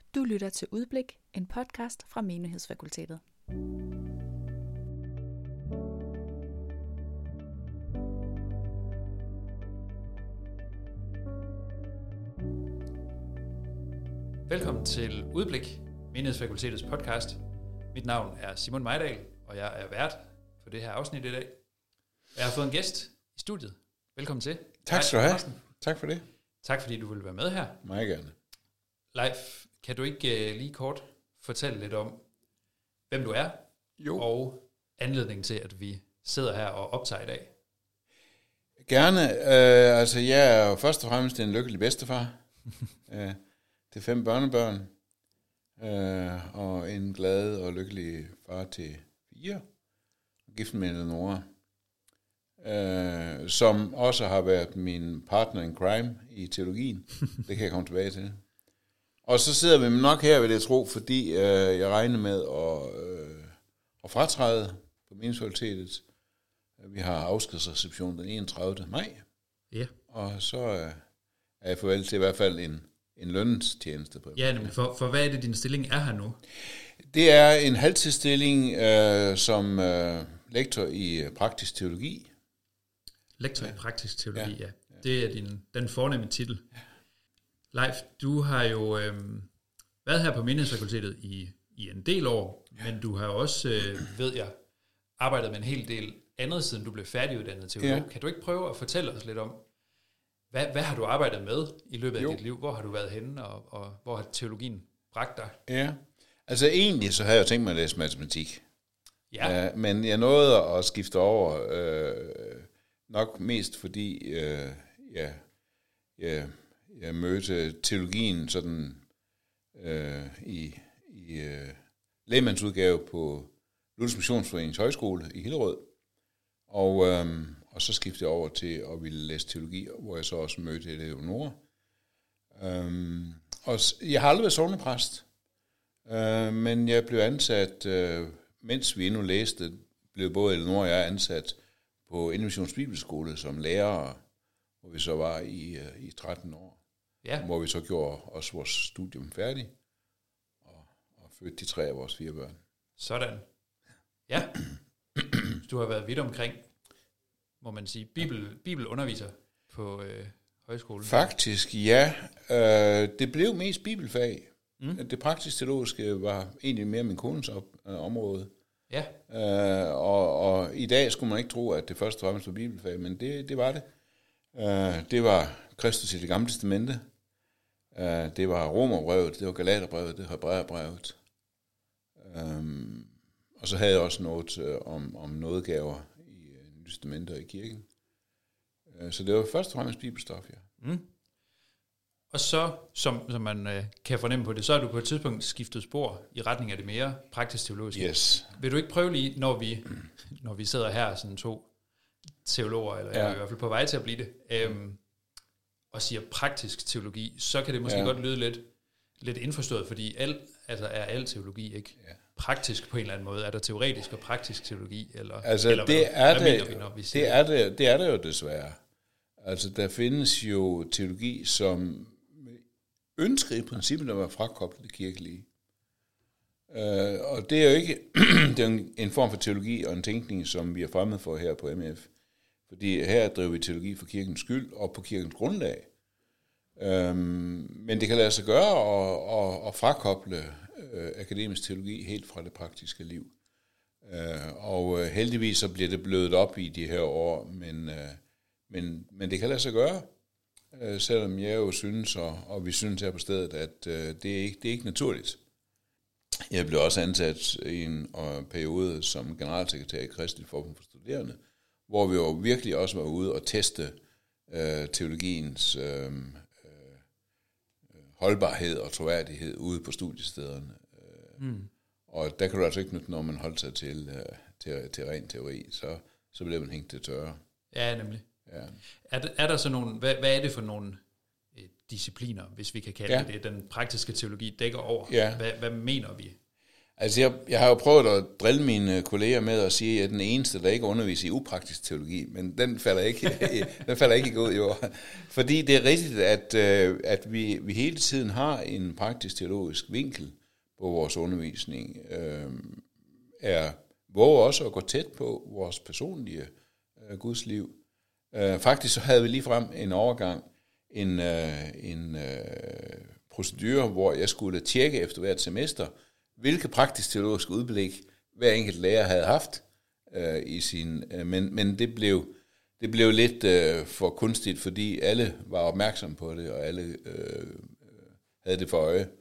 Du lytter til Udblik, en podcast fra Menighedsfakultetet. Velkommen til Udblik, Menighedsfakultetets podcast. Mit navn er Simon Mejdal, og jeg er vært for det her afsnit i dag. Jeg har fået en gæst i studiet. Velkommen til. Tak skal du have. Tak for det. Tak fordi du ville være med her. Meget gerne. Leif, kan du ikke lige kort fortælle lidt om, hvem du er, og anledningen til, at vi sidder her og optager i dag? Gerne. Jeg er jo først og fremmest en lykkelig bedstefar til 5 børnebørn, og en glad og lykkelig far til 4, gift med Eleonora, som også har været min partner in crime i teologien. Det kan jeg komme tilbage til. Og så sidder vi nok her, vil jeg tro, fordi jeg regner med at fratræde på Menighedsfakultetet. Vi har afskedsreception den 31. maj. Ja. Og så er jeg forvalgt til i hvert fald en lønningstjeneste på. Ja, nemlig. For hvad er det, din stilling er her nu? Det er en halvtidsstilling som lektor i praktisk teologi. Lektor i praktisk teologi, ja. Det er den fornemme titel. Ja. Leif, du har jo været her på Menighedsfakultetet i en del år, men du har også, ved jeg, arbejdet med en hel del andet, siden du blev færdiguddannet teolog. Ja. Kan du ikke prøve at fortælle os lidt om, hvad har du arbejdet med i løbet af dit liv? Hvor har du været henne, og hvor har teologien bragt dig? Ja, altså egentlig så havde jeg tænkt mig at læse matematik. Ja. Men jeg nåede at skifte over, nok mest fordi jeg mødte teologien sådan i lægmandsudgave på Luthersk Missionsforeningens Højskole i Hillerød. Og så skiftede jeg over til at ville læse teologi, hvor jeg så også mødte Eleonora. Og jeg har aldrig været sognepræst, men jeg blev ansat, mens vi endnu læste, blev både Eleonora og jeg ansat på Innovations Bibelskole som lærer, hvor vi så var i 13 år. Ja. Hvor vi så gjorde også vores studium færdigt, og fødte de 3 af vores 4 børn. Sådan. Ja. Du har været vidt omkring, må man sige, bibelunderviser på højskolen. Faktisk, ja. Det blev mest bibelfag. Det praktisk-teologiske var egentlig mere min kones område. Ja. Og i dag skulle man ikke tro, at det først og fremmest var bibelfag, men det var det. Det var Kristus i det gamle testamente. Det var Romerbrevet, det var Galaterbrevet, det var Hebræerbrevet. Og så havde jeg også noget om nådegaver i Nye Testamentet og i kirken. Så det var først og fremmest bibelstof, ja. Og så, som man kan fornemme på det, så er du på et tidspunkt skiftet spor i retning af det mere praktisk-teologiske. Yes. Vil du ikke prøve lige, når vi sidder her, sådan 2 teologer, eller jeg er i hvert fald på vej til at blive det, og siger praktisk teologi, så kan det måske godt lyde lidt indforstået, fordi er al teologi ikke praktisk på en eller anden måde? Er der teoretisk og praktisk teologi? Eller det er det jo desværre. Altså, der findes jo teologi, som ønsker i princippet at være frakoblet det kirkelige. Og det er jo ikke det er en form for teologi og en tænkning, som vi er fremmed for her på MF. Fordi her driver vi teologi for kirkens skyld og på kirkens grundlag. Men det kan lade sig gøre at frakoble akademisk teologi helt fra det praktiske liv. Og heldigvis så bliver det blødet op i de her år, men det kan lade sig gøre, selvom jeg jo synes, og vi synes her på stedet, at det er ikke naturligt. Jeg blev også ansat i en periode som generalsekretær i Kristelig Forbund for Studerende, hvor vi jo virkelig også var ude og teste teologiens holdbarhed og troværdighed ude på studiestederne. Og der kan du altså ikke nytte, når man holdt sig til ren teori, så bliver man hængt til tørre. Ja, nemlig. Ja. Er der så nogle, hvad er det for nogle discipliner, hvis vi kan kalde det, den praktiske teologi dækker over? Ja. Hvad mener vi? Altså, jeg har jo prøvet at drille mine kolleger med at sige, at jeg er den eneste, der ikke underviser i upraktisk teologi, men den falder ikke i god jord. Fordi det er rigtigt, at vi hele tiden har en praktisk teologisk vinkel på vores undervisning. Våger også at gå tæt på vores personlige gudsliv. Faktisk så havde vi lige frem en overgang, en procedure, hvor jeg skulle tjekke efter hvert semester, hvilke praktisk teologiske udblik hver enkelt lærer havde haft i sin, men det blev lidt for kunstigt, fordi alle var opmærksomme på det, og alle havde det for øje.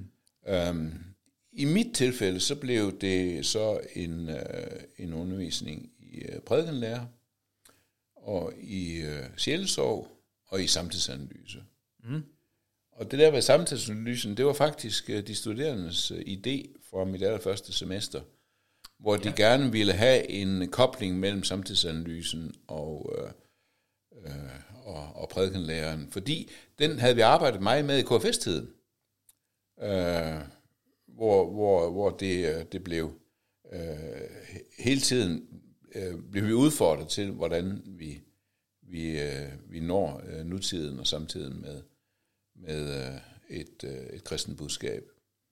I mit tilfælde, så blev det så en undervisning i prædikenlære, og i sjælesorg, og i samtidsanalyse. Og det der med samtidsanalysen, det var faktisk de studerendes idé fra mit allerførste semester, hvor de gerne ville have en kobling mellem samtidsanalysen og prædikenlæren, fordi den havde vi arbejdet meget med i KFS-tiden, hvor det blev hele tiden blev vi udfordret til, hvordan vi når nutiden og samtiden med et kristent budskab.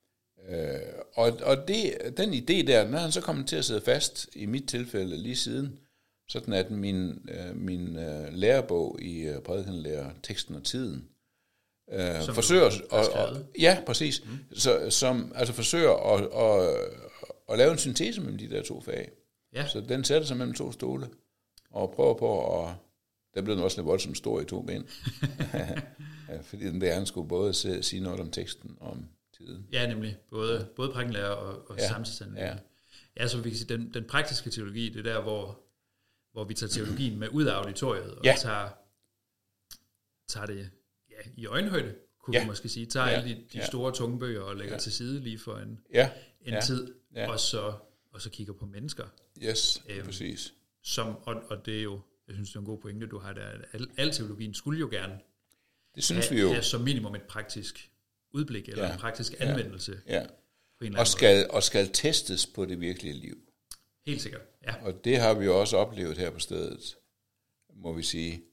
Og den idé der, den er han så kommet til at sidde fast i mit tilfælde lige siden, sådan at min lærebog i prædikenlære, teksten og tiden, forsøger præcis, som altså forsøger at lave en syntese mellem de der to fag. Ja. Så den sætter sig mellem to stole og prøver på at, der blev den også lidt voldsomt stor i 2 ben. Fordi den der, han skulle både sige noget om teksten og om tiden. Ja, nemlig. Både prædikenlære og samtidsanalyse. Ja, så vi kan sige, den praktiske teologi, det er der, hvor vi tager teologien med ud af auditoriet, og tager det i øjenhøjde, kunne vi måske sige. Tager alle de store tunge bøger og lægger til side lige for en tid, og så kigger på mennesker. Yes, præcis. Og det er jo, jeg synes, det er en god pointe, du har der. Al teologien skulle jo gerne have som minimum et praktisk udblik, eller en praktisk anvendelse. Ja. På en eller anden måde. Og skal testes på det virkelige liv. Helt sikkert, ja. Og det har vi jo også oplevet her på stedet, må vi sige.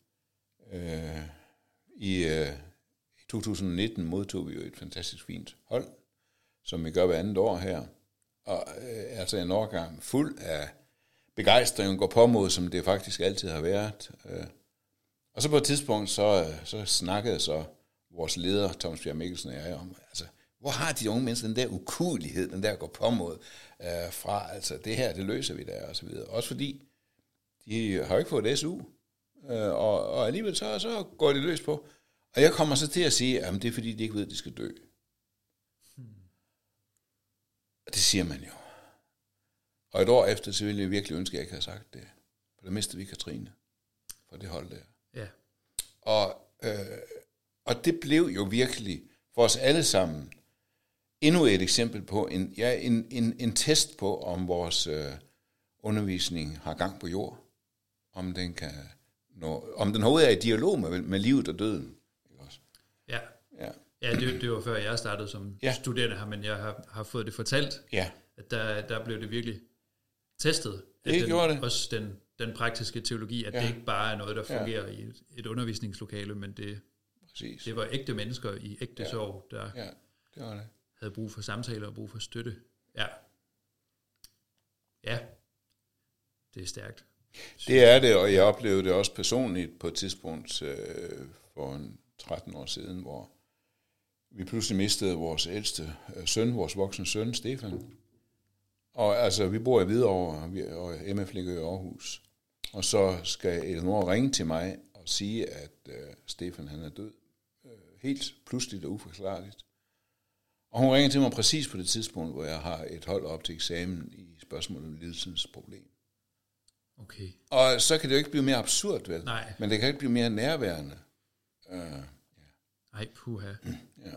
I 2019 modtog vi jo et fantastisk fint hold, som vi gør hver andet år her. Og altså en årgang fuld af begejstring, går på mod, som det faktisk altid har været. Og så på et tidspunkt, så snakkede så vores leder, Thomas Bjerg Mikkelsen og jeg, om, altså, hvor har de unge mennesker den der ukuelighed, den der går på mod fra, altså det her, det løser vi der, og så videre. Også fordi, de har jo ikke fået SU, og alligevel så går det løs på. Og jeg kommer så til at sige, at det er fordi, de ikke ved, at de skal dø. Og det siger man jo. Og et år efter, så ville jeg virkelig ønske, at jeg ikke havde sagt det. For der mistede vi Katrine for det hold der. Ja. Og det blev jo virkelig for os alle sammen endnu et eksempel på en test på, om vores undervisning har gang på jord. Om den kan om den overhovedet er i dialog med livet og døden. Ikke også? Ja. Ja, det var før jeg startede som studerende her, men jeg har fået det fortalt, at der blev det virkelig testet. Også den praktiske teologi, at det ikke bare er noget, der fungerer i et undervisningslokale, men det var ægte mennesker i ægte sorg, der havde brug for samtaler og brug for støtte. Ja, det er stærkt. Det er det, og jeg oplevede det også personligt på et tidspunkt for 13 år siden, hvor vi pludselig mistede vores ældste søn, vores voksne søn, Stefan. Og altså, vi bor i Hvidovre, og MF ligger i Aarhus. Og så skal Eleanor ringe til mig og sige, at Stefan han er død. Helt pludseligt og uforklarligt. Og hun ringer til mig præcis på det tidspunkt, hvor jeg har et hold op til eksamen i spørgsmålet om lidelsens problem. Okay. Og så kan det jo ikke blive mere absurd, vel? Nej. Men det kan ikke blive mere nærværende. Ej, puha. Ja.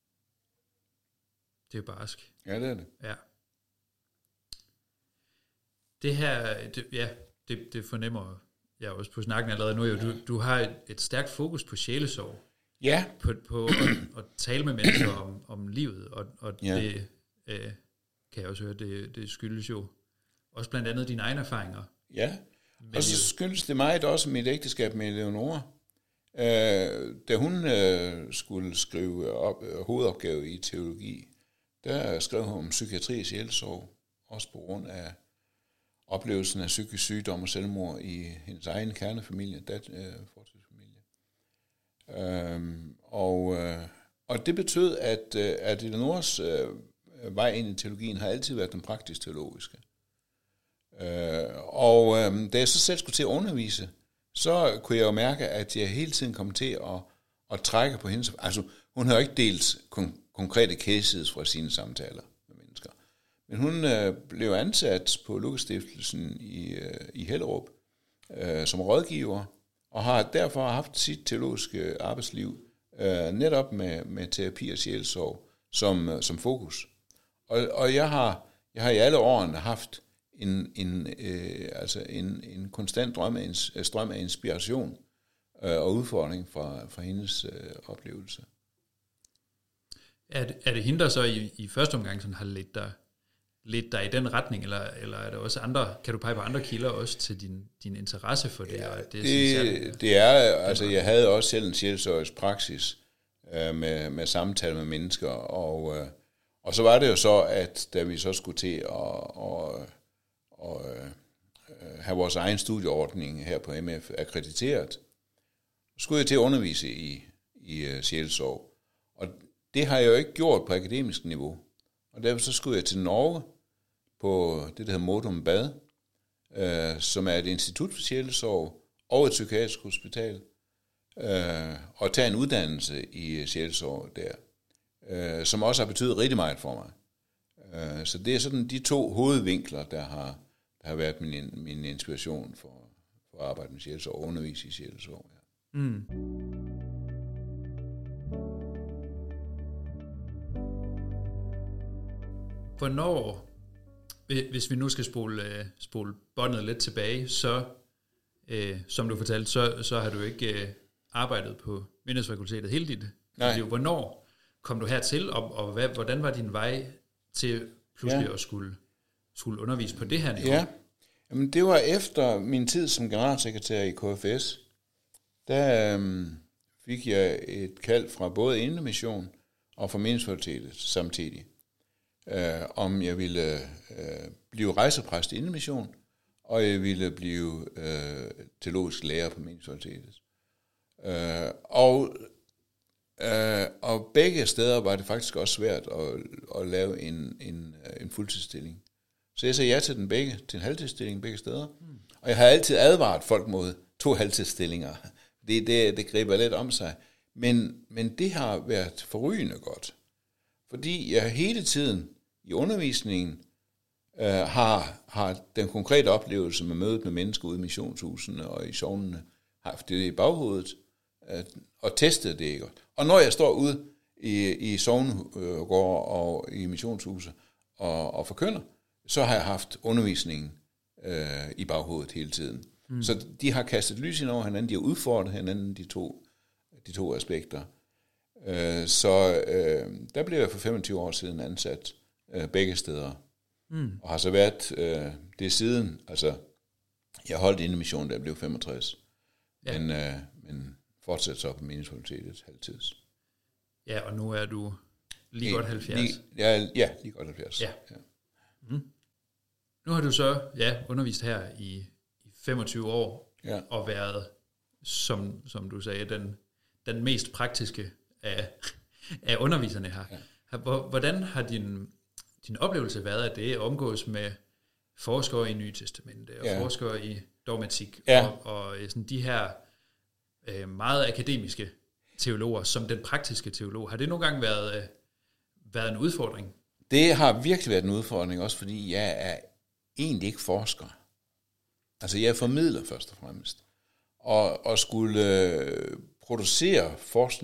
Det er barsk. Ja, det er det. Ja. Det her, det fornemmer jeg også på snakken allerede nu. Jo. Du har et stærkt fokus på sjælesorg. Ja. På at tale med mennesker om livet, og kan jeg også høre, det skyldes jo også blandt andet dine egne erfaringer. Ja, og så skyldes det meget også mit ægteskab med Leonora. Da hun skulle skrive hovedopgave i teologi, der skrev hun om psykiatri og sjælsorg, også på grund af oplevelsen af psykisk sygdom og selvmord i hendes egen kernefamilie, fortidsfamilie. Og det betød, at Eleonoras vej ind i teologien har altid været den praktisk-teologiske. Da jeg så selv skulle til at undervise, så kunne jeg jo mærke, at jeg hele tiden kom til at trække på hendes... Altså, hun har jo ikke delt konkrete cases fra sine samtaler med mennesker. Men hun blev ansat på Lukas-stiftelsen i Hellerup som rådgiver, og har derfor haft sit teologiske arbejdsliv netop med terapi og sjælsorg som fokus. Og jeg har i alle årene haft en konstant strøm af inspiration og udfordring fra hendes oplevelse. Er det hende, der så i første omgang sådan har ledt dig i den retning, eller er der også andre, kan du pege på andre kilder også til din interesse for det? Ja, og det er, altså jeg havde også selv en sjælsorgisk praksis med samtale med mennesker, og så var det jo så, at da vi så skulle til at have vores egen studieordning her på MF akkrediteret, skulle jeg til at undervise i sjælsorg. Og det har jeg jo ikke gjort på akademisk niveau. Og derfor så skulle jeg til Norge på det, der hedder Modum Bad, som er et institut for sjælsorg og et psykiatrisk hospital, og tage en uddannelse i sjælsorg der, som også har betydet rigtig meget for mig. Så det er sådan de to hovedvinkler, der har været min inspiration for at arbejde med sjælsorg og undervise i sjælsorg. Ja. Mm. Hvornår, hvis vi nu skal spole båndet lidt tilbage, så, som du fortalte, så har du ikke arbejdet på Menighedsfakultetet hele dit liv. Hvornår kom du hertil, og hvordan var din vej til pludselig at skulle undervise på det her niveau? Ja, jamen, det var efter min tid som generalsekretær i KFS. Der fik jeg et kald fra både Indremission og fra Menighedsfakultetet samtidig, om jeg ville blive rejsepræst i Indremission, og jeg ville blive teologisk lærer på Menighedsfakultetet. Og begge steder var det faktisk også svært at lave en fuldtidsstilling. Så jeg sagde ja til til en halvtidsstilling begge steder. Og jeg har altid advaret folk mod 2 halvtidsstillinger. Det griber lidt om sig. Men det har været forrygende godt. Fordi jeg hele tiden i undervisningen har den konkrete oplevelse med mødet med mennesker ude i missionshusene og i sognene, haft det i baghovedet og testet det ikke. Og når jeg står ude i sognegård og i missionshuse og forkynder, så har jeg haft undervisningen i baghovedet hele tiden. Mm. Så de har kastet lys ind over hinanden, de har udfordret hinanden, de to aspekter. Der blev jeg for 25 år siden ansat begge steder. Mm. Og har så været det siden, altså jeg holdt Indremission, da jeg blev 65. Ja. Men fortsat så på Menighedsfakultetet halvtids. Ja, og nu er du lige godt 70. Lige godt 70. Ja. Ja. Mm. Nu har du så undervist her i 25 år, og været, som du sagde, den mest praktiske af underviserne her. Ja. Hvordan har din oplevelse været af det at omgås med forskere i Nye Testamente og forskere i dogmatik og sådan de her meget akademiske teologer som den praktiske teolog? Har det nogle gange været en udfordring? Det har virkelig været en udfordring, også fordi jeg er egentlig ikke forsker. Altså jeg er formidler først og fremmest. Og skulle producere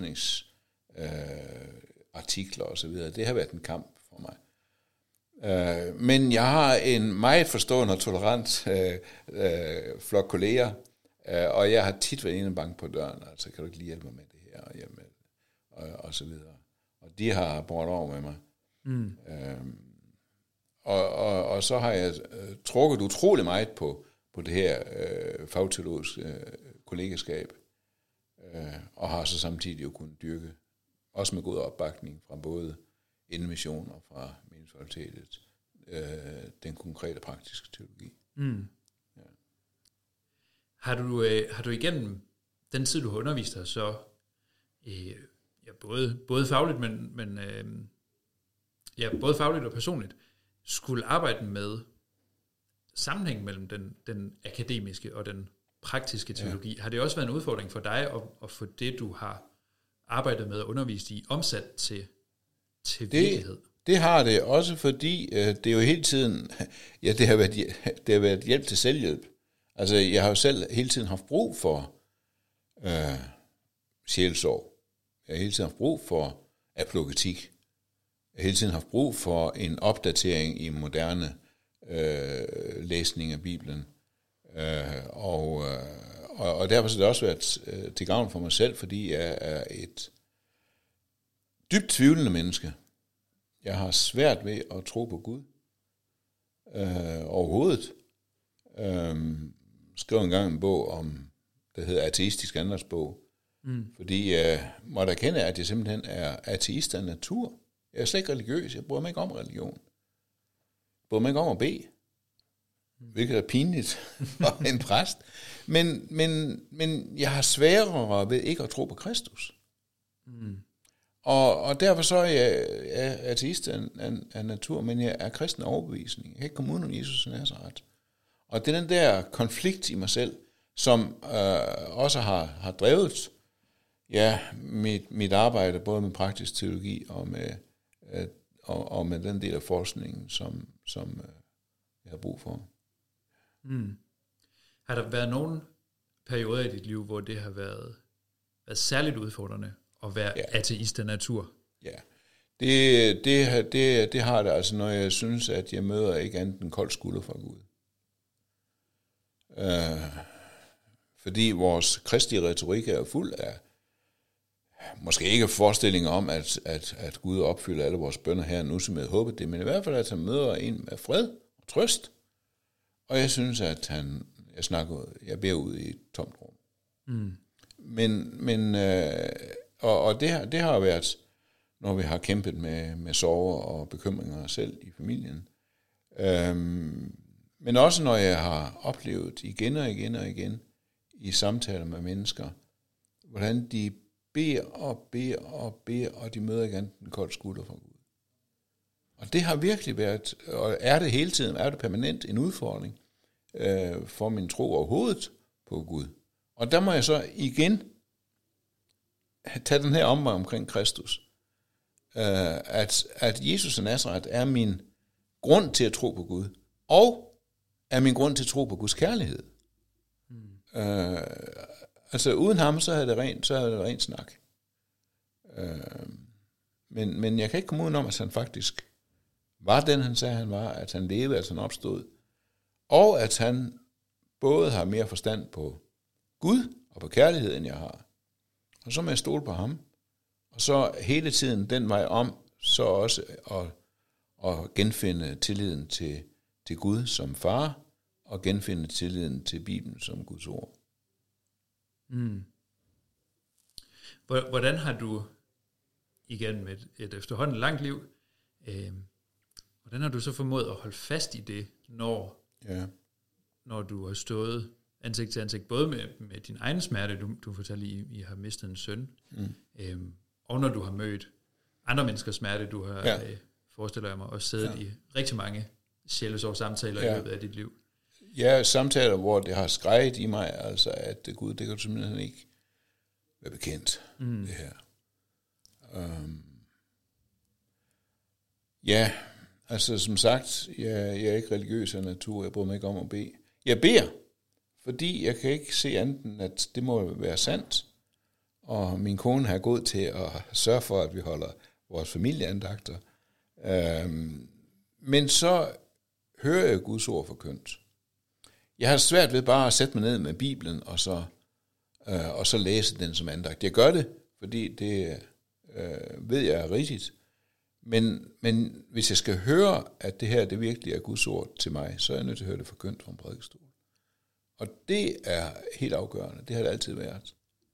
forskningsartikler og så videre, det har været en kamp for mig. Men jeg har en meget forstående og tolerant flok kolleger, og jeg har tit været inde og banke på døren, altså kan du ikke lige hjælpe mig med det her, og så videre. Og de har båret over med mig. Mm. Og så har jeg trukket utrolig meget på det her fagteologiske kollegaskab, og har så samtidig jo kunnet dyrke, også med god opbakning fra både Indremission og fra Menighedsfakultetet, den konkrete praktiske teologi. Mm. Ja. Har du igennem den tid, du har undervist dig, så både fagligt, men både fagligt og personligt, skulle arbejde med sammenhæng mellem den akademiske og den praktiske teologi. Ja. Har det også været en udfordring for dig at få det, du har arbejdet med og undervist i, omsat til virkelighed? Det har det også, fordi det er jo hele tiden, det har været hjælp til selvhjælp. Altså, jeg har jo selv hele tiden haft brug for sjælsorg. Jeg har hele tiden haft brug for apologetik. Jeg har hele tiden haft brug for en opdatering i moderne læsning af Bibelen. Og derfor har det også været til gavn for mig selv, fordi jeg er et dybt tvivlende menneske. Jeg har svært ved at tro på Gud overhovedet. Skrev engang en bog der hedder Ateistisk Andagtsbog, fordi jeg måtte erkende, at jeg simpelthen er ateist af natur. Jeg er slet ikke religiøs, jeg bryder mig ikke om religion. Jeg bryder mig ikke om at bede, hvilket er pinligt for en præst. Men jeg har sværere ved ikke at tro på Kristus. Og derfor så er jeg ateist af natur, men jeg er kristen af overbevisning. Jeg kan ikke komme uden om Jesus af Nazaret. Og det er den der konflikt i mig selv, som også har drevet mit arbejde, både med praktisk teologi og med den del af forskningen, som jeg har brug for. Har der været nogle perioder i dit liv, hvor det har været særligt udfordrende at være ateist af natur? Ja, det har det, altså når jeg synes, at jeg møder ikke andet end kold skulder fra Gud. Fordi vores kristelige retorik er fuld af, måske ikke forestillinger om, at Gud opfylder alle vores bønner her nu, som jeg håber det, men i hvert fald, at han møder en med fred og trøst. Og jeg synes, at jeg beder ud i et tomt rum. Og det har været, når vi har kæmpet med sorger og bekymringer selv i familien. Men også når jeg har oplevet igen og igen og igen i samtaler med mennesker, hvordan de beder, og de møder igen den kolde skulder fra Gud. Og det har virkelig været, og er det hele tiden, er det permanent en udfordring for min tro overhovedet på Gud. Og der må jeg så igen tage den her omvej omkring Kristus. At Jesus af Nazaret er min grund til at tro på Gud, og er min grund til at tro på Guds kærlighed. Altså uden ham, så havde det rent snak. Men jeg kan ikke komme udenom, at han faktisk var den, han sagde, han var, at han levede, at han opstod, og at han både har mere forstand på Gud og på kærlighed, end jeg har. Og så må jeg stole på ham. Og så hele tiden den vej om, så også at genfinde tilliden til Gud som far, og genfinde tilliden til Bibelen som Guds ord. Hvordan har du, igen med et efterhånden langt liv, hvordan har du så formået at holde fast i det, når du har stået ansigt til ansigt, både med din egen smerte, du fortalte, I har mistet en søn, og når du har mødt andre menneskers smerte, du har, forestiller jeg mig, også siddet i rigtig mange sjælesorgssamtaler i løbet af dit liv. Ja, samtaler, hvor det har skreget i mig, altså at Gud, det kan du simpelthen ikke være bekendt, det her. Altså som sagt, jeg er ikke religiøs af natur, jeg bryder mig ikke om at bede. Jeg beder, fordi jeg kan ikke se andet end, at det må være sandt. Og min kone har gået til at sørge for, at vi holder vores familieandagter. Men så hører jeg Guds ord forkyndt. Jeg har svært ved bare at sætte mig ned med Bibelen, og så læse den som andagt. Jeg gør det, fordi det ved jeg er rigtigt. Men hvis jeg skal høre, at det her det virkelig er Guds ord til mig, så er jeg nødt til at høre det forkyndt fra en prædikestol. Og det er helt afgørende. Det har det altid været.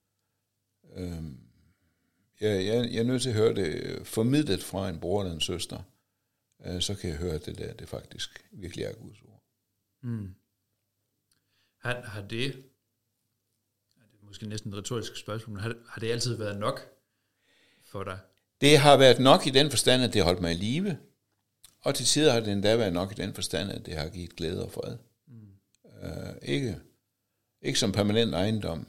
Jeg er nødt til at høre det formidlet fra en bror eller en søster. Så kan jeg høre, at det faktisk virkelig er Guds ord. Mm. Har det er måske næsten et retorisk spørgsmål, men har det altid været nok for dig? Det har været nok i den forstand, at det har holdt mig i live. Og til tider har det endda været nok i den forstand, at det har givet glæde og fred. Ikke som permanent ejendom,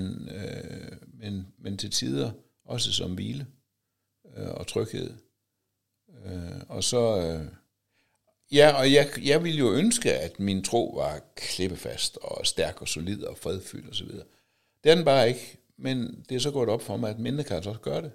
men til tider også som hvile og tryghed. Og så... og jeg ville jo ønske, at min tro var klippefast og stærk og solid og fredfyldt osv. Det er den bare ikke, men det er så gået op for mig, at mindre kan også gøre det.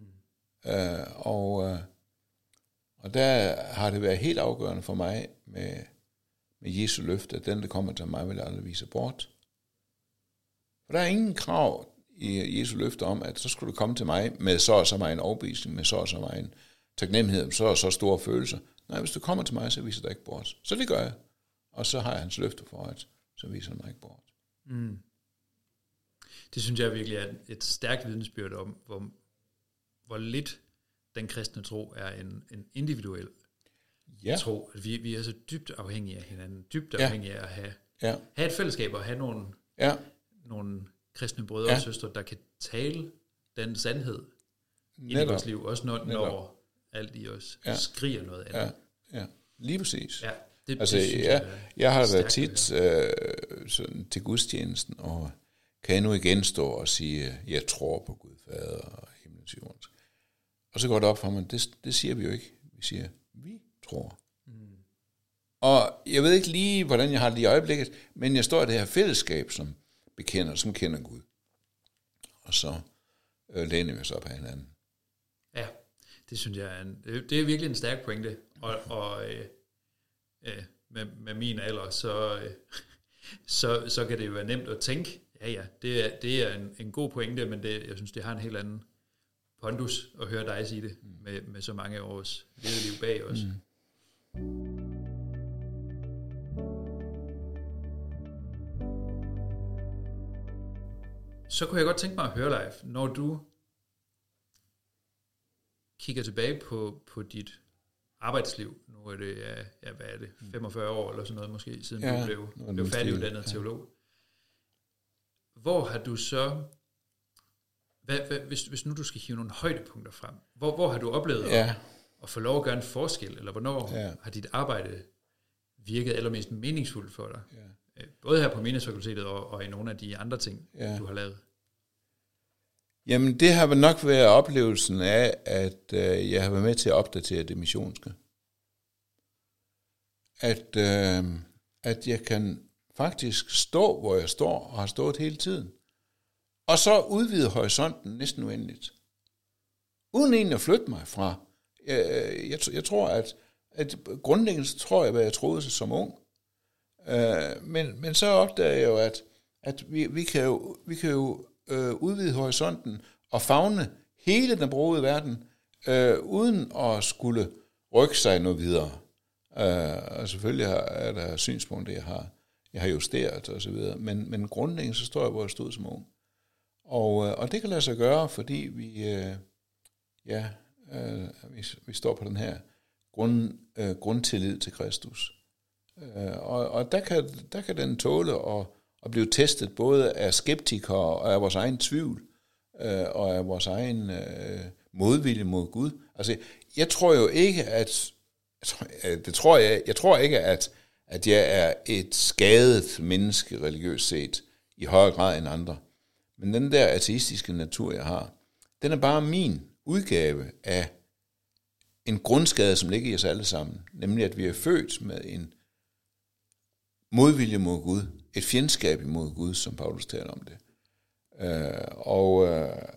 Og der har det været helt afgørende for mig med Jesu løfte, at den, der kommer til mig, vil aldrig vise bort. For der er ingen krav i Jesu løfte om, at så skulle du komme til mig med så og så meget en overbevisning, med så og så meget en taknemmelighed, så og så store følelser. Nej, hvis du kommer til mig, så viser dig ikke bort. Så det gør jeg. Og så har jeg hans løfte for, at så viser han mig ikke bort. Mm. Det synes jeg virkelig er et stærkt vidnesbyrd om, hvor lidt den kristne tro er en individuel tro. At vi er så dybt afhængige af hinanden, dybt afhængige af at have et fællesskab og have nogle kristne brødre og søstre, der kan tale den sandhed i vores liv, også når alt i os skriger noget andet. Ja, lige præcis. Ja, jeg har været tit sådan til gudstjenesten, og kan jeg nu igen stå og sige, jeg tror på Gud Fader og himlens jord. Og så går det op for mig, det siger vi jo ikke. Vi siger, vi tror. Mm. Og jeg ved ikke lige, hvordan jeg har det i øjeblikket, men jeg står i det her fællesskab, som kender Gud. Og så læner vi os op af hinanden. Ja, det synes jeg det er virkelig en stærk pointe. Og med min alder, så kan det jo være nemt at tænke, det er en god pointe, men jeg synes, det har en helt anden pondus at høre dig sige det, med så mange års levet liv bag os. Så kunne jeg godt tænke mig at høre dig, når du kigger tilbage på dit arbejdsliv. Nu er det, hvad er det, 45 år eller sådan noget måske, siden du blev færdiguddannet teolog. Hvor har du så, hvis nu du skal hive nogle højdepunkter frem, hvor har du oplevet at få lov at gøre en forskel, eller hvornår har dit arbejde virket allermest meningsfuldt for dig? Både her på Menighedsfakultetet og i nogle af de andre ting, du har lavet. Jamen, det har vel nok været oplevelsen af, at jeg har været med til at opdatere det missionske. At jeg kan faktisk stå, hvor jeg står, og har stået hele tiden. Og så udvide horisonten næsten uendeligt. Uden egentlig at flytte mig fra. Jeg tror, at grundlæggende tror jeg, hvad jeg troede som ung. Men så opdager jeg jo, at vi kan jo udvide horisonten og favne hele den brogede verden, uden at skulle rykke sig noget videre. Og selvfølgelig er der synspunkter, jeg har justeret og så videre, men grundlæggende så står jeg, hvor jeg stod som ung. Og det kan lade sig gøre, fordi vi står på den her grundtillid til Kristus. Og der kan den tåle at blive testet både af skeptikere og af vores egen tvivl og af vores egen modvilje mod Gud. Altså, jeg tror jo ikke, at jeg er et skadet menneske religiøst set i højere grad end andre. Men den der ateistiske natur, jeg har, den er bare min udgave af en grundskade, som ligger i os alle sammen. Nemlig, at vi er født med en modvilje mod Gud, et fjendskab imod Gud, som Paulus taler om det. Og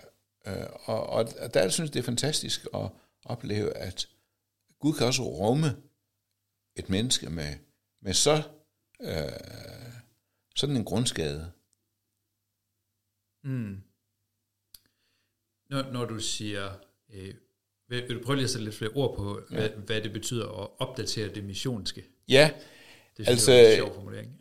der synes jeg, det er fantastisk at opleve, at Gud kan også rumme et menneske med sådan en grundskade. Når du siger Vil du prøve lige at sætte lidt flere ord på, hvad det betyder at opdatere det missionske? Ja, det synes jeg er en sjov formulering.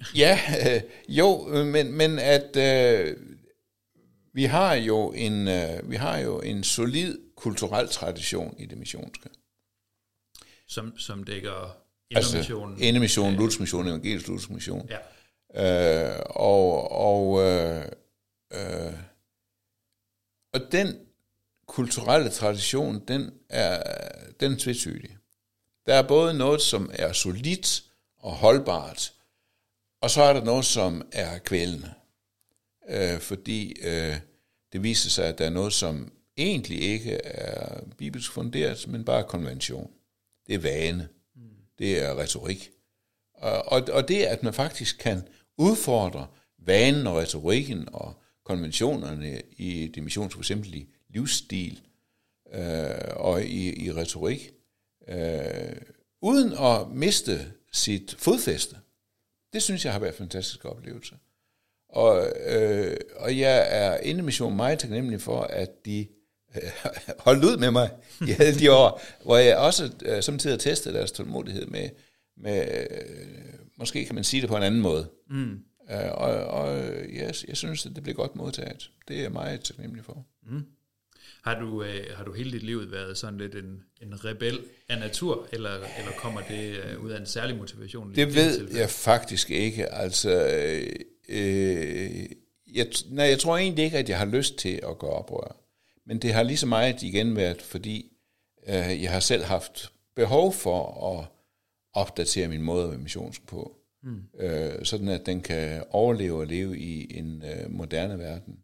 Men at vi har jo en solid kulturel tradition i det missionske. Som dækker Indermissionen. Altså Indermissionen, Luthersmissionen, Evangelisk Luthersk Mission. Ja. Og den kulturelle tradition, den er tvetydig. Der er både noget, som er solidt og holdbart, og så er der noget, som er kvælende. Fordi det viser sig, at der er noget, som egentlig ikke er bibelsk funderet, men bare konvention. Det er vane. Det er retorik. Og det, at man faktisk kan udfordre vanen og retorikken og konventionerne i det missions, for eksempel i livsstil og i retorik, uden at miste sit fodfæste. Det synes jeg har været en fantastisk oplevelse. Og jeg er Indermission meget taknemmelig for, at de holdt ud med mig i alle de år, hvor jeg også samtidig testede deres tålmodighed med måske kan man sige det på en anden måde. Jeg synes, at det blev godt modtaget. Det er jeg meget taknemmelig for. Har du hele dit liv været sådan lidt en rebel af natur, eller kommer det ud af en særlig motivation? Det ved jeg faktisk ikke. Altså, jeg tror egentlig ikke, at jeg har lyst til at gøre oprør. Men det har lige så meget igen været, fordi jeg har selv haft behov for at opdatere min måde at være missionsk på. Sådan at den kan overleve og leve i en moderne verden.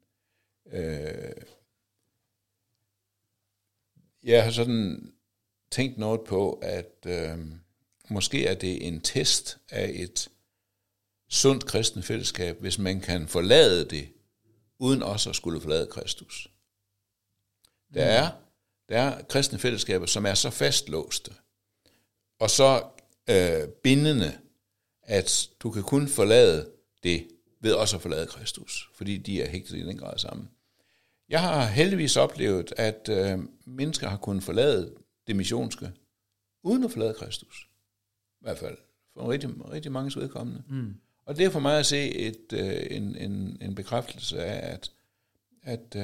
Jeg har sådan tænkt noget på, at måske er det en test af et sundt kristen fællesskab, hvis man kan forlade det, uden også at skulle forlade Kristus. Der er kristne fællesskaber, som er så fastlåste, og så bindende, at du kan kun forlade det, ved også at forlade Kristus, fordi de er hægtet i den grad sammen. Jeg har heldigvis oplevet, at mennesker har kunnet forlade det missionske, uden at forlade Kristus. I hvert fald for rigtig mange vedkommende. Og det er for mig at se en bekræftelse af, at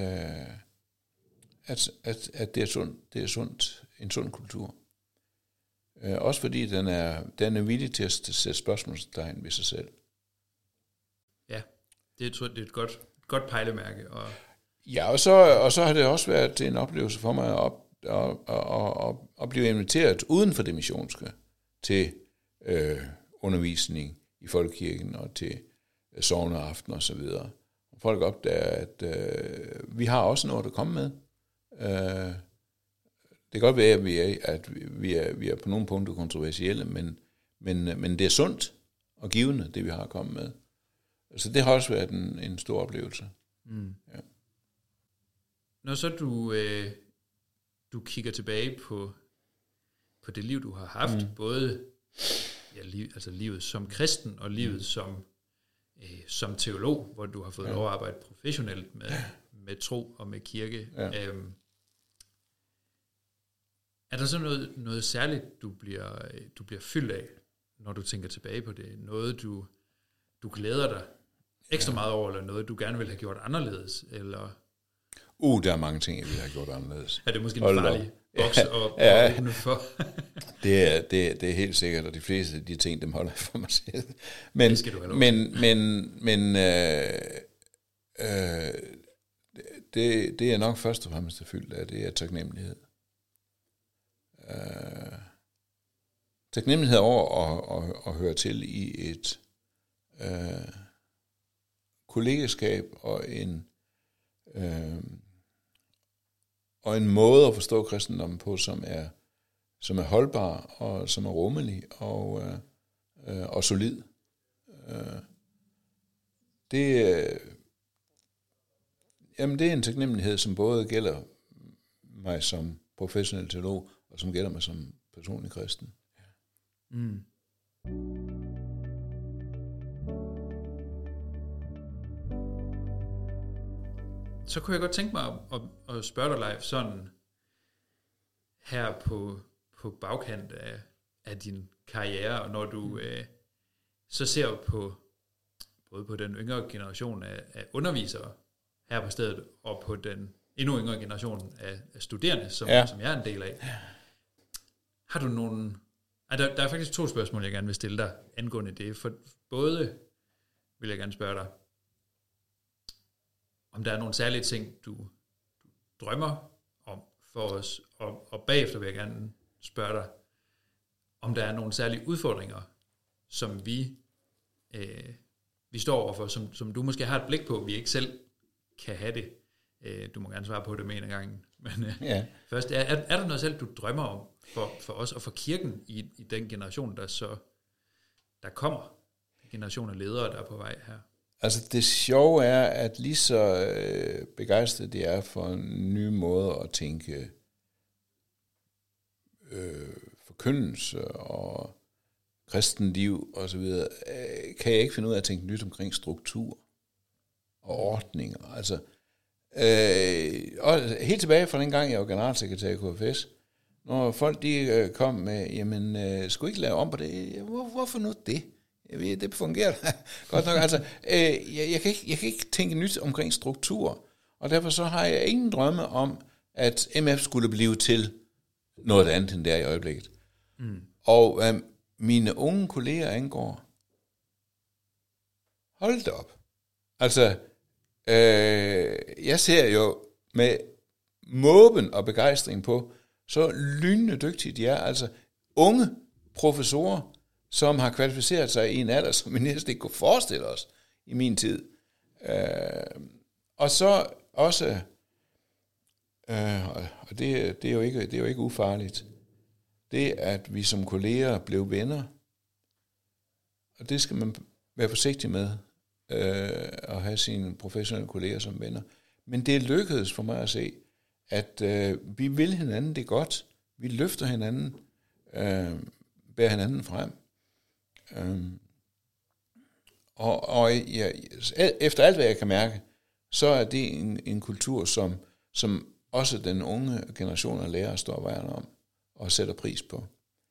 det er sundt, en sund kultur. Også fordi den er villig til at sætte spørgsmålstegn ved sig selv. Ja, det er et godt pejlemærke. Ja, og så har det også været en oplevelse for mig at blive inviteret uden for det missionske til undervisning i folkekirken og til sogneaften og så videre. Folk opdager, at vi har også noget at komme med. Det kan godt være, at vi er på nogle punkter kontroversielle, men det er sundt og givende, det vi har at komme med. Så det har også været en stor oplevelse. Ja. Når så du kigger tilbage på det liv, du har haft, både livet som kristen og livet som teolog, hvor du har fået lov at arbejde professionelt med tro og med kirke. Ja. Er der så noget særligt, du bliver fyldt af, når du tænker tilbage på det? Noget, du glæder dig ekstra meget over, eller noget, du gerne ville have gjort anderledes? Eller? Der er mange ting, jeg ville have gjort anderledes. Er det måske en farlig boks at åbne for? det er helt sikkert, og de fleste af de ting, dem holder jeg for mig selv. Det skal du have lov. Men det er nok først og fremmest fyldt af, det er taknemmelighed. Taknemmelighed over at høre til i et kollegaskab og en måde at forstå kristendommen på, som er holdbar og som er rummelig og solid. Det er en taknemmelighed, som både gælder mig som professionel teolog, og som gælder mig som personlig kristen. Så kunne jeg godt tænke mig at spørge dig, Leif, sådan, her på bagkant af din karriere, og når du så ser på både på den yngre generation af undervisere her på stedet, og på den endnu yngre generation af studerende, som jeg er en del af. Har du nogle... Der er faktisk 2 spørgsmål, jeg gerne vil stille dig angående det. For både vil jeg gerne spørge dig, om der er nogle særlige ting, du drømmer om for os, og bagefter vil jeg gerne spørge dig, om der er nogle særlige udfordringer, som vi står overfor, som du måske har et blik på, vi ikke selv kan have det. Du må gerne svare på det med en af gangen. Men først, er der noget selv, du drømmer om for os og for kirken i den generation, der kommer? Generation af ledere, der er på vej her. Altså det sjove er, at lige så begejstret de er for en ny måde at tænke forkyndelse og kristenliv og så videre, kan jeg ikke finde ud af at tænke nyt omkring struktur og ordninger. Altså og helt tilbage fra den gang, jeg var generalsekretær i KFS, når folk de kom med, jamen, skulle ikke lave om på det? Hvorfor nu det? Det fungerer godt nok. Altså, jeg kan ikke tænke nyt omkring struktur, og derfor så har jeg ingen drømme om, at MF skulle blive til noget andet end der i øjeblikket. Og mine unge kolleger angår, hold da op. Altså, jeg ser jo med måben og begejstring på, så lynende dygtige de er. Altså, unge professorer, som har kvalificeret sig i en alder, som vi næsten ikke kunne forestille os i min tid. Og så også, og det er jo ikke ufarligt, det at vi som kolleger blev venner, og det skal man være forsigtig med, at have sine professionelle kolleger som venner. Men det lykkedes for mig at se, at vi vil hinanden det godt, vi løfter hinanden, bærer hinanden frem. Og efter alt hvad jeg kan mærke, så er det en kultur, som også den unge generation af lærere står vejerne om og sætter pris på.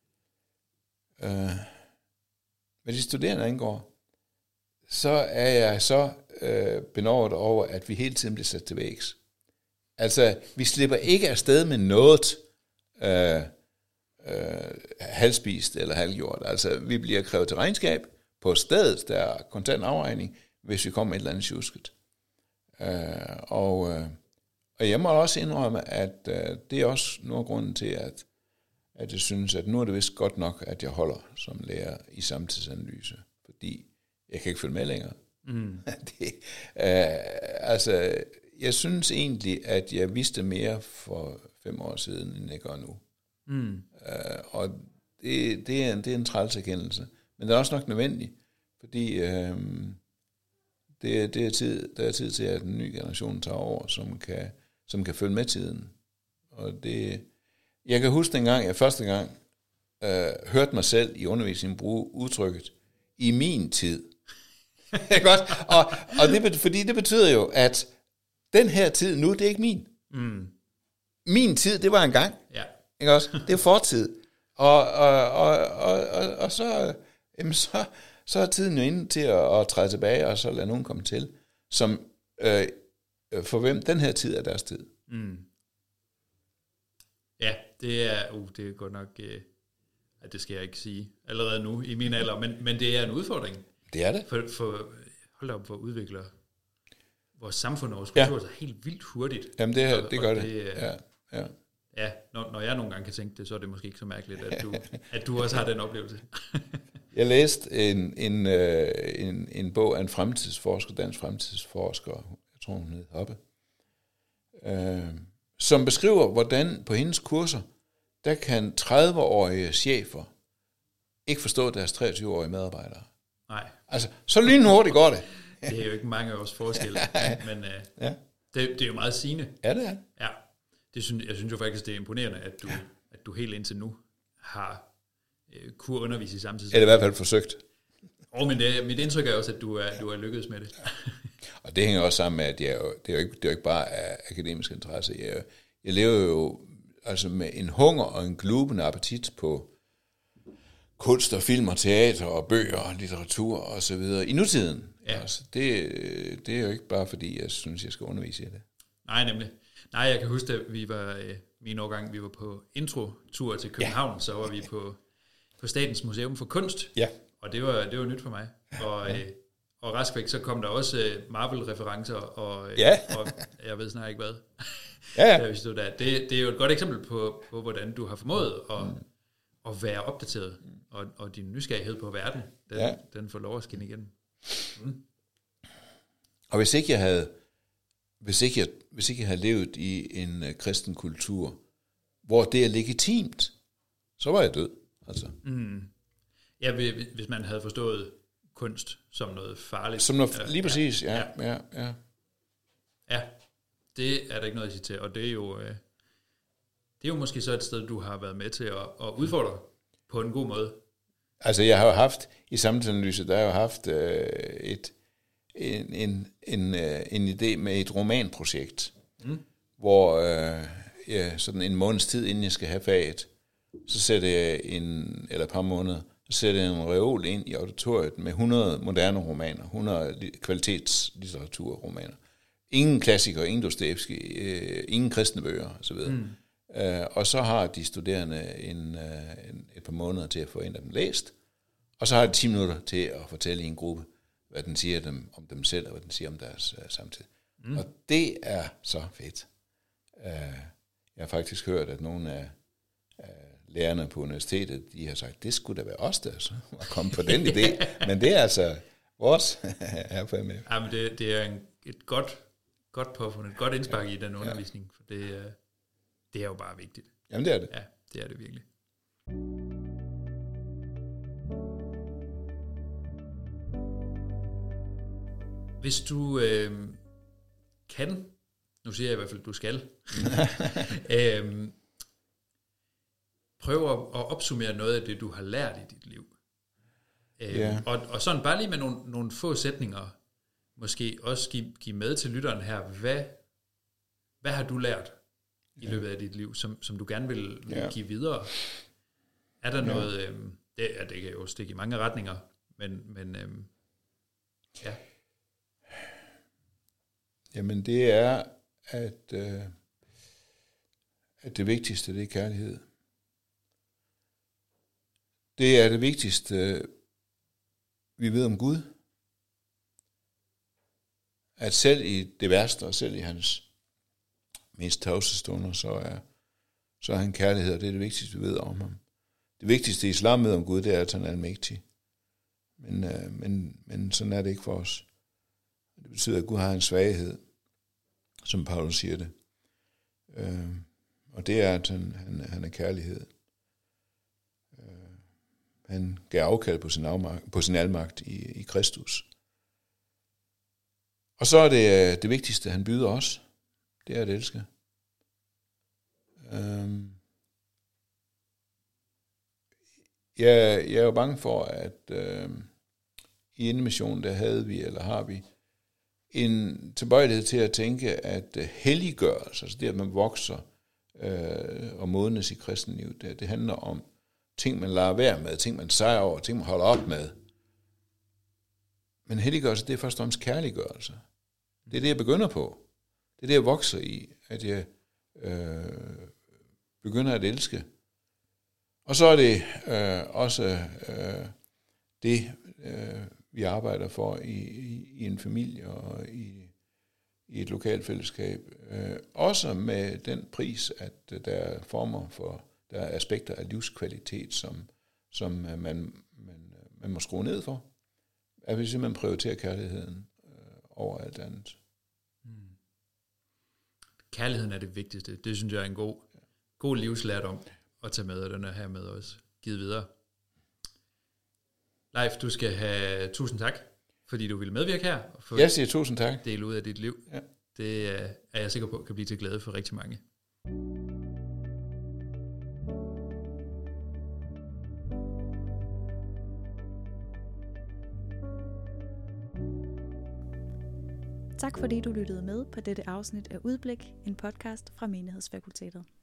Hvad de studerende angår, så er jeg så benovet over, at vi hele tiden bliver sat til vægs. Altså, vi slipper ikke afsted med noget halvspist eller halvgjort. Altså, vi bliver krævet til regnskab på stedet, der er kontant afregning, hvis vi kommer et eller andet tjusket. Og jeg må også indrømme, at det er også noget af grunden til, at jeg synes, at nu er det vist godt nok, at jeg holder som lærer i samtidsanalyse, fordi jeg kan ikke følge med længere. Altså, jeg synes egentlig, at jeg vidste mere for 5 år siden, end jeg gør nu. Og det er en træls erkendelse. Men det er også nok nødvendigt, fordi det er tid til, at en ny generation tager over, som kan følge med tiden. Og jeg kan huske dengang, jeg første gang hørte mig selv i undervisningen bruge udtrykket i min tid. Godt? Og fordi det betyder jo, at den her tid nu, det er ikke min. Min tid, det var en gang. Ja. Ikke også? Det er fortid. Og så er tiden jo inde til at træde tilbage, og så lade nogen komme til, som for hvem den her tid er deres tid. Ja, det er godt nok, at det skal jeg ikke sige allerede nu i min alder, men det er en udfordring. Det er det. For hold op, hvor udvikler vores samfund og vores kultur sig helt vildt hurtigt. Jamen det gør det. Ja, når jeg nogle gange kan tænke det, så er det måske ikke så mærkeligt, at du også har den oplevelse. Jeg læste en bog af en fremtidsforsker, dansk fremtidsforsker, jeg tror hun hed Hoppe, som beskriver, hvordan på hendes kurser, der kan 30-årige chefer ikke forstå deres 23-årige medarbejdere. Nej. Altså, så lynhurtigt går det. Det er jo ikke mange års forskel, men det er jo meget sigende. Ja, det er. Ja. Jeg synes jo faktisk, det er imponerende, at du helt indtil nu har kunne undervise i samtidig. Eller i hvert fald forsøgt. Men mit indtryk er også, at du er lykkedes med det. Og det hænger også sammen med, at det er jo ikke bare af akademisk interesse. Jeg lever jo altså med en hunger og en glubende appetit på kunst og film og teater og bøger og litteratur og så videre i nutiden. Ja. Altså, det er jo ikke bare fordi, jeg synes, jeg skal undervise i det. Nej, nemlig. Nej, jeg kan huske, at vi var, min årgang, vi var på introtur til København, så var vi på Statens Museum for Kunst, og det var nyt for mig. Og rask væk, så kom der også Marvel-referencer, og jeg ved snart ikke hvad. Det er jo et godt eksempel på hvordan du har formået at være opdateret, og din nysgerrighed på verden, den får lov at skinne igennem. Og hvis ikke jeg havde levet i en kristen kultur, hvor det er legitimt, så var jeg død. Altså. Ja, hvis man havde forstået kunst som noget farligt. Som noget, lige præcis, ja. Ja, det er der ikke noget at sige til, og det er jo måske så et sted, du har været med til at udfordre på en god måde. Altså, jeg har jo haft, i samtidsanalyse, der har jeg jo haft en idé med et romanprojekt, hvor sådan en måneds tid, inden jeg skal have faget, så sætter jeg eller et par måneder, så sætter jeg en reol ind i auditoriet med 100 moderne romaner, 100 kvalitetslitteraturromaner. Ingen klassikere, ingen Dostojevskij, ingen kristne bøger osv. Og så har de studerende et par måneder til at få en af dem læst, og så har de 10 minutter til at fortælle i en gruppe, hvad den siger om dem selv, og hvad den siger om deres samtid. Og det er så fedt. Jeg har faktisk hørt, at nogle af lærerne på universitetet, de har sagt, det skulle da være os, der så var kommet på den idé. Men det er altså vores herfra med. Ja, men det er et godt påfund, et godt indspark i den undervisning, for det er jo bare vigtigt. Jamen det er det. Ja, det er det virkelig. Hvis du kan, nu siger jeg i hvert fald, at du skal, prøv at opsummere noget af det, du har lært i dit liv. Og sådan bare lige med nogle få sætninger, måske også give med til lytteren her, hvad har du lært i løbet af dit liv, som du gerne vil give videre? Er der noget, det kan jo stikke i mange retninger, men ja. Jamen det er, at det vigtigste, det er kærlighed. Det er det vigtigste, vi ved om Gud. At selv i det værste, og selv i hans mest tavse stunder, så er han kærlighed, og det er det vigtigste, vi ved om ham. Det vigtigste islam ved om Gud, det er, at han er almægtig. Men sådan er det ikke for os. Det betyder, at Gud har en svaghed, som Paulus siger det. Og det er, at han er kærlighed. Han gav afkald på sin almagt i Kristus. Og så er det vigtigste, han byder os, det er at elske. Jeg er jo bange for, at i Indremissionen, der havde vi, eller har vi, en tilbøjelighed til at tænke, at helliggørelse, altså det, at man vokser og modnes i kristenliv, det handler om ting, man lader være med, ting, man sejrer over, ting, man holder op med. Men helliggørelse, det er først og fremmest kærliggørelse. Det er det, jeg begynder på. Det er det, jeg vokser i, at jeg begynder at elske. Og så er det også det, vi arbejder for i en familie og i et lokalt fællesskab. Også med den pris, at der er aspekter af livskvalitet, som man må skrue ned for. At vi simpelthen prioriterer kærligheden over alt andet. Kærligheden er det vigtigste. Det synes jeg er en god livslærdom at tage med, og den er her med også givet videre. Leif, du skal have tusind tak, fordi du ville medvirke her. Og jeg siger tusind tak. Dele ud af dit liv. Ja. Det er jeg sikker på, kan blive til glæde for rigtig mange. Tak fordi du lyttede med på dette afsnit af Udblik, en podcast fra Menighedsfakultetet.